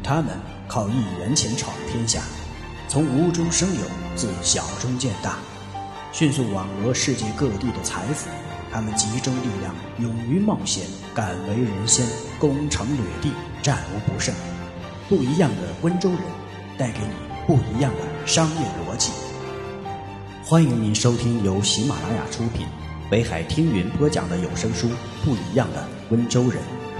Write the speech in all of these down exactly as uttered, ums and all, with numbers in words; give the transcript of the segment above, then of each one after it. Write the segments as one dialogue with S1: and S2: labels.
S1: 他们靠一元钱闯天下，从无中生有，自小中见大，迅速网罗世界各地的财富。他们集中力量，勇于冒险，敢为人先，攻城掠地，战无不胜。不一样的温州人，带给你不一样的商业逻辑。欢迎您收听由喜马拉雅出品，北海听云播讲的有声书《不一样的温州人》。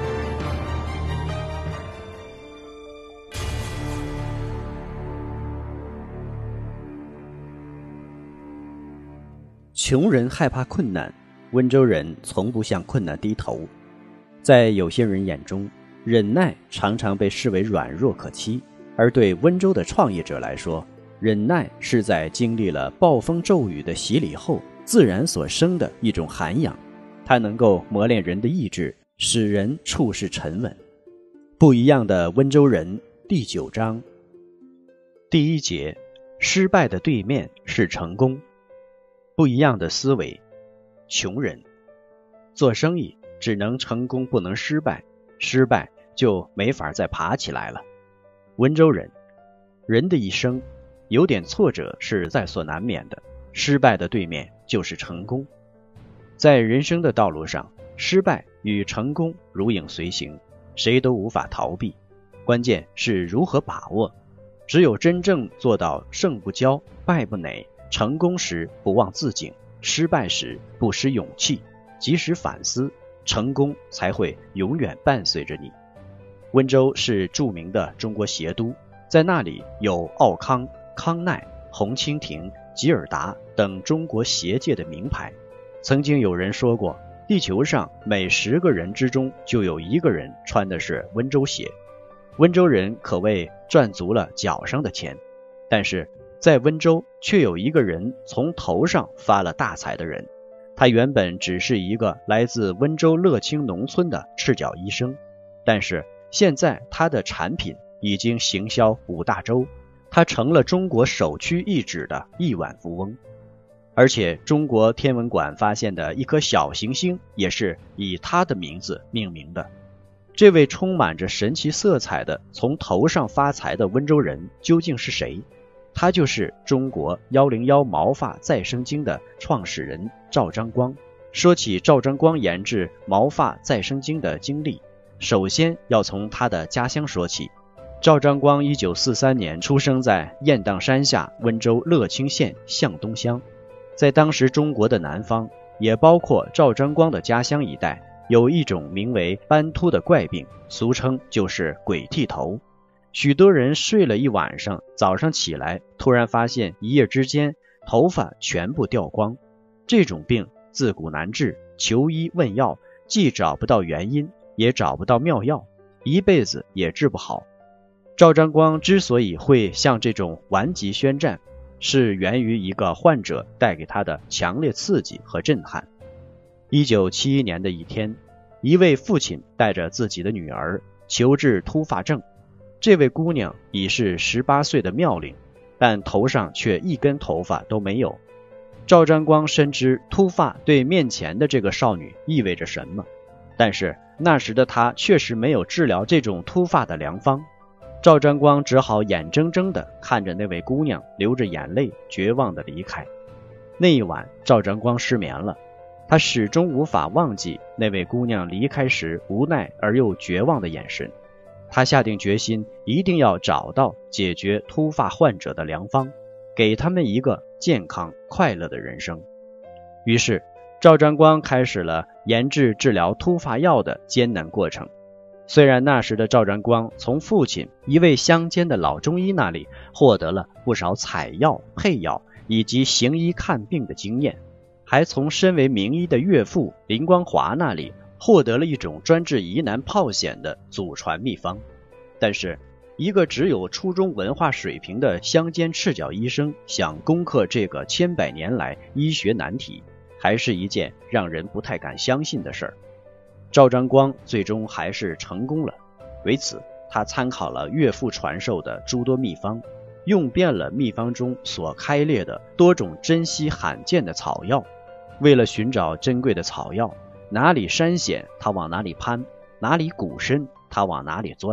S1: 穷人害怕困难，温州人从不向困难低头。在有些人眼中，忍耐常常被视为软弱可欺，而对温州的创业者来说，忍耐是在经历了暴风骤雨的洗礼后自然所生的一种涵养，它能够磨练人的意志，使人处事沉稳。不一样的温州人第九章第一节，失败的对面是成功。不一样的思维。穷人做生意只能成功不能失败，失败就没法再爬起来了。温州人，人的一生有点挫折是在所难免的，失败的对面就是成功。在人生的道路上，失败与成功如影随形，谁都无法逃避，关键是如何把握。只有真正做到胜不骄，败不馁，成功时不忘自警，失败时不失勇气，及时反思，成功才会永远伴随着你。温州是著名的中国鞋都，在那里有奥康、康奈、红蜻蜓、吉尔达等中国鞋界的名牌。曾经有人说过，地球上每十个人之中就有一个人穿的是温州鞋。温州人可谓赚足了脚上的钱，但是在温州却有一个人从头上发了大财的人。他原本只是一个来自温州乐清农村的赤脚医生，但是现在他的产品已经行销五大洲，他成了中国首屈一指的亿万富翁。而且中国天文馆发现的一颗小行星也是以他的名字命名的。这位充满着神奇色彩的从头上发财的温州人究竟是谁？他就是中国一零一毛发再生精的创始人赵章光。说起赵章光研制毛发再生精的经历，首先要从他的家乡说起。赵章光一九四三年出生在雁荡山下温州乐清县向东乡。在当时中国的南方，也包括赵章光的家乡一带，有一种名为斑秃的怪病，俗称就是鬼剃头。许多人睡了一晚上，早上起来突然发现一夜之间头发全部掉光。这种病自古难治，求医问药既找不到原因，也找不到妙药，一辈子也治不好。赵章光之所以会向这种顽疾宣战，是源于一个患者带给他的强烈刺激和震撼。一九七一年的一天，一位父亲带着自己的女儿求治秃发症。这位姑娘已是十八岁的妙龄，但头上却一根头发都没有。赵章光深知秃发对面前的这个少女意味着什么，但是那时的他确实没有治疗这种秃发的良方。赵章光只好眼睁睁地看着那位姑娘流着眼泪绝望地离开。那一晚，赵章光失眠了，他始终无法忘记那位姑娘离开时无奈而又绝望的眼神。他下定决心，一定要找到解决秃发患者的良方，给他们一个健康快乐的人生。于是赵章光开始了研制治疗秃发药的艰难过程。虽然那时的赵章光从父亲一位乡间的老中医那里获得了不少采药、配药以及行医看病的经验，还从身为名医的岳父林光华那里获得了一种专治疑难疱癣的祖传秘方。但是一个只有初中文化水平的乡间赤脚医生想攻克这个千百年来医学难题，还是一件让人不太敢相信的事儿。赵章光最终还是成功了，为此他参考了岳父传授的诸多秘方，用遍了秘方中所开列的多种珍稀罕见的草药。为了寻找珍贵的草药，哪里山险他往哪里攀，哪里谷深他往哪里钻。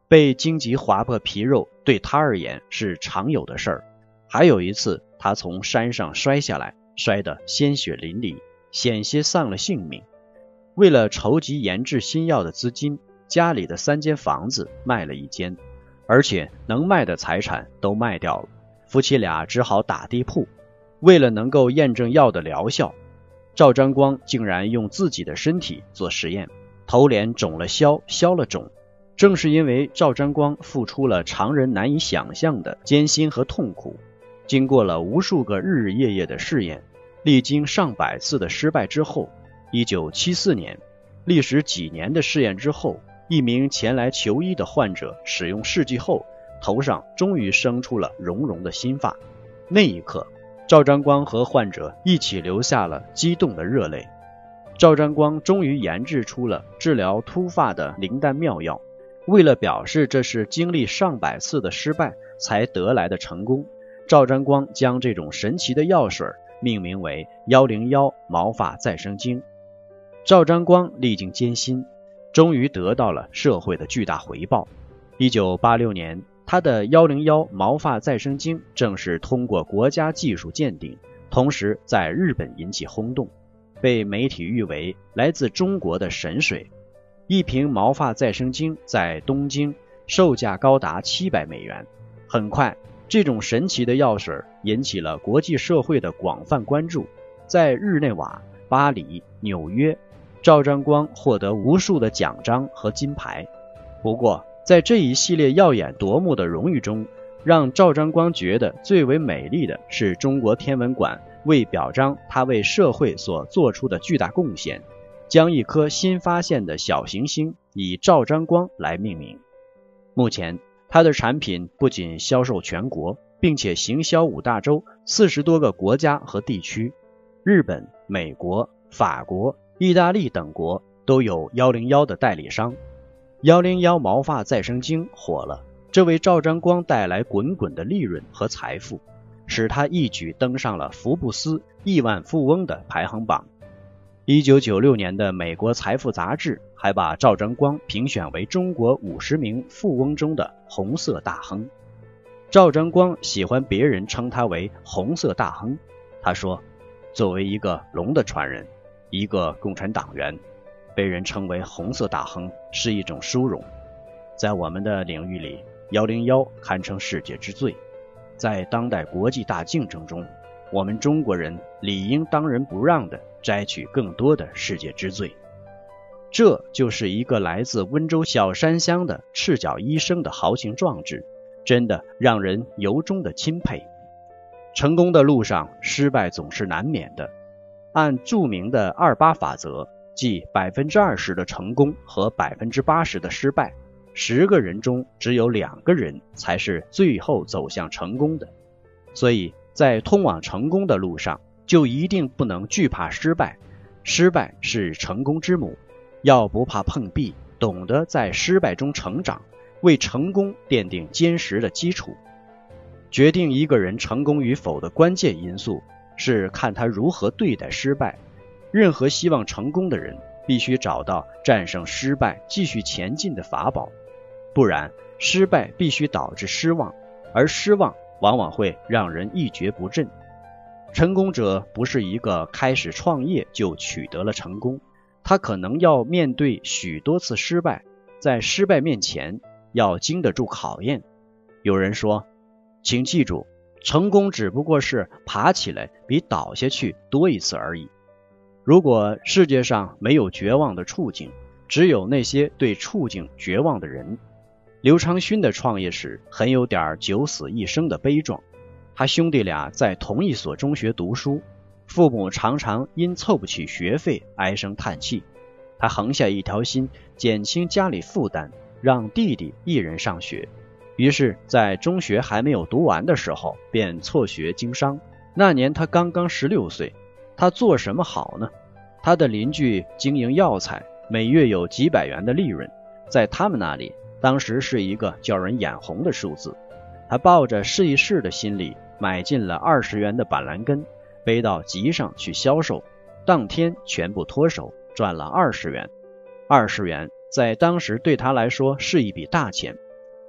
S1: 被荆棘划破皮肉对他而言是常有的事儿。还有一次，他从山上摔下来，摔得鲜血淋漓，险些丧了性命。为了筹集研制新药的资金，家里的三间房子卖了一间，而且能卖的财产都卖掉了，夫妻俩只好打地铺。为了能够验证药的疗效，赵沾光竟然用自己的身体做实验，头脸肿了消，消了肿。正是因为赵沾光付出了常人难以想象的艰辛和痛苦，经过了无数个日日夜夜的试验，历经上百次的失败之后，一九七四年，历时几年的试验之后，一名前来求医的患者使用试剂后，头上终于生出了绒绒的新发。那一刻，赵沾光和患者一起流下了激动的热泪。赵沾光终于研制出了治疗秃发的灵丹妙药。为了表示这是经历上百次的失败才得来的成功，赵沾光将这种神奇的药水命名为一零一毛发再生精。赵沾光历经艰辛，终于得到了社会的巨大回报。一九八六年，他的一零一毛发再生精正式通过国家技术鉴定，同时在日本引起轰动，被媒体誉为来自中国的神水。一瓶毛发再生精在东京售价高达七百美元。很快，这种神奇的药水引起了国际社会的广泛关注，在日内瓦、巴黎、纽约，赵沾光获得无数的奖章和金牌。不过，在这一系列耀眼夺目的荣誉中，让赵沾光觉得最为美丽的是中国天文馆为表彰他为社会所做出的巨大贡献，将一颗新发现的小行星以赵沾光来命名。目前，他的产品不仅销售全国，并且行销五大洲四十多个国家和地区。日本、美国、法国、意大利等国都有一零一的代理商。一零一毛发再生精火了，这为赵沾光带来滚滚的利润和财富，使他一举登上了福布斯亿万富翁的排行榜。一九九六年的美国财富杂志还把赵沾光评选为中国五十名富翁中的红色大亨。赵沾光喜欢别人称他为红色大亨。他说，作为一个龙的传人，一个共产党员，被人称为红色大亨是一种殊荣。在我们的领域里，一零一堪称世界之最。在当代国际大竞争中，我们中国人理应当仁不让地摘取更多的世界之最。这就是一个来自温州小山乡的赤脚医生的豪情壮志，真的让人由衷的钦佩。成功的路上，失败总是难免的。按著名的二八法则，即百分之二十的成功和百分之八十的失败，十个人中只有两个人才是最后走向成功的。所以在通往成功的路上，就一定不能惧怕失败，失败是成功之母。要不怕碰壁，懂得在失败中成长，为成功奠定坚实的基础。决定一个人成功与否的关键因素是看他如何对待失败。任何希望成功的人必须找到战胜失败继续前进的法宝，不然失败必须导致失望，而失望往往会让人一蹶不振。成功者不是一个开始创业就取得了成功，他可能要面对许多次失败，在失败面前要经得住考验。有人说，请记住，成功只不过是爬起来比倒下去多一次而已。如果世界上没有绝望的处境，只有那些对处境绝望的人。刘长勋的创业史很有点九死一生的悲壮。他兄弟俩在同一所中学读书，父母常常因凑不起学费唉声叹气。他横下一条心，减轻家里负担，让弟弟一人上学。于是在中学还没有读完的时候，便辍学经商。那年他刚刚十六岁，他做什么好呢？他的邻居经营药材，每月有几百元的利润，在他们那里当时是一个叫人眼红的数字。他抱着试一试的心理，买进了二十元的板蓝根，背到集上去销售，当天全部脱手，赚了二十元。二十元在当时对他来说是一笔大钱，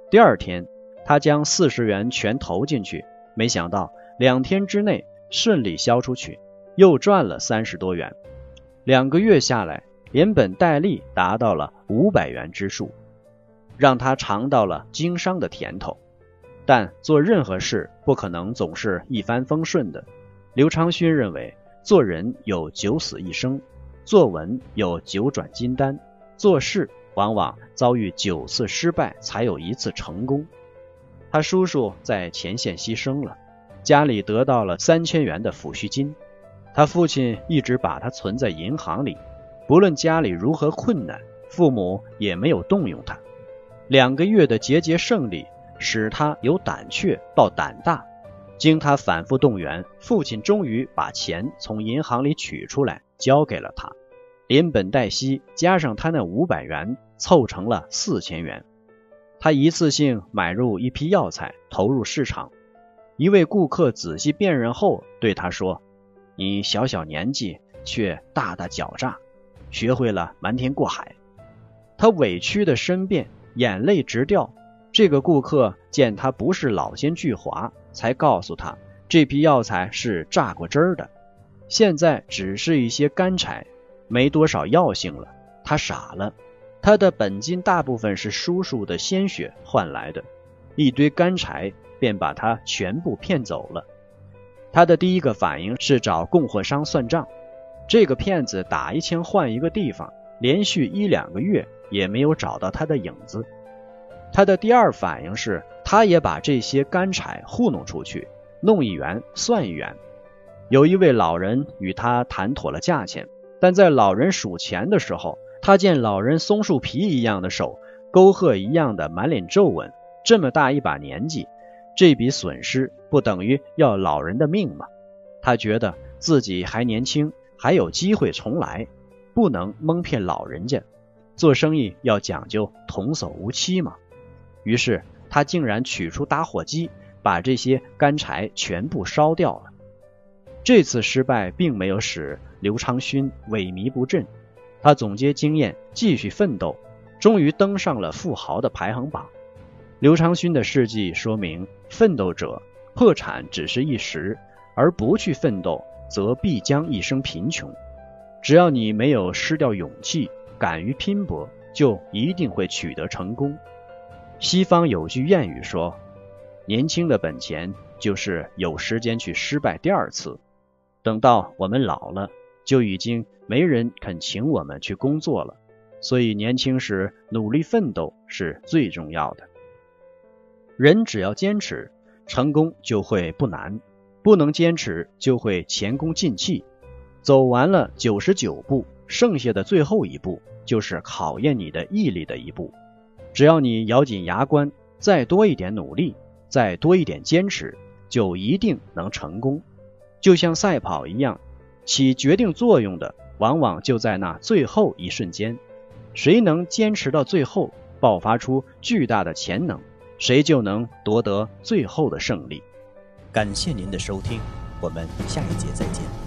S1: 第二天，他将四十元全投进去，没想到两天之内顺利销出去，又赚了三十多元。两个月下来，连本带利达到了五百元之数，让他尝到了经商的甜头。但做任何事不可能总是一帆风顺的。刘长勋认为，做人有九死一生，做文有九转金丹，做事往往遭遇九次失败才有一次成功。他叔叔在前线牺牲了，家里得到了三千元的抚恤金，他父亲一直把他存在银行里，不论家里如何困难，父母也没有动用他。两个月的节节胜利使他由胆怯到胆大，经他反复动员，父亲终于把钱从银行里取出来交给了他，连本带息加上他那五百元，凑成了四千元。他一次性买入一批药材投入市场。一位顾客仔细辨认后对他说，你小小年纪却大大狡诈，学会了瞒天过海。他委屈的申辩，眼泪直掉。这个顾客见他不是老奸巨猾，才告诉他这批药材是榨过汁儿的，现在只是一些干柴，没多少药性了。他傻了，他的本金大部分是叔叔的鲜血换来的，一堆干柴便把他全部骗走了。他的第一个反应是找供货商算账，这个骗子打一枪换一个地方，连续一两个月也没有找到他的影子。他的第二反应是，他也把这些干柴糊弄出去，弄一元算一元。有一位老人与他谈妥了价钱，但在老人数钱的时候，他见老人松树皮一样的手，沟壑一样的满脸皱纹，这么大一把年纪，这笔损失不等于要老人的命吗？他觉得自己还年轻，还有机会重来，不能蒙骗老人家。做生意要讲究童叟无欺嘛。于是他竟然取出打火机，把这些干柴全部烧掉了。这次失败并没有使刘长勋萎靡不振，他总结经验，继续奋斗，终于登上了富豪的排行榜。刘长勋的事迹说明，奋斗者破产只是一时，而不去奋斗则必将一生贫穷。只要你没有失掉勇气，敢于拼搏，就一定会取得成功。西方有句谚语说，年轻的本钱就是有时间去失败第二次。等到我们老了，就已经没人肯请我们去工作了。所以年轻时努力奋斗是最重要的。人只要坚持，成功就会不难；不能坚持，就会前功尽弃。走完了九十九步，剩下的最后一步就是考验你的毅力的一步。只要你咬紧牙关，再多一点努力，再多一点坚持，就一定能成功。就像赛跑一样，起决定作用的往往就在那最后一瞬间。谁能坚持到最后，爆发出巨大的潜能，谁就能夺得最后的胜利。
S2: 感谢您的收听，我们下一节再见。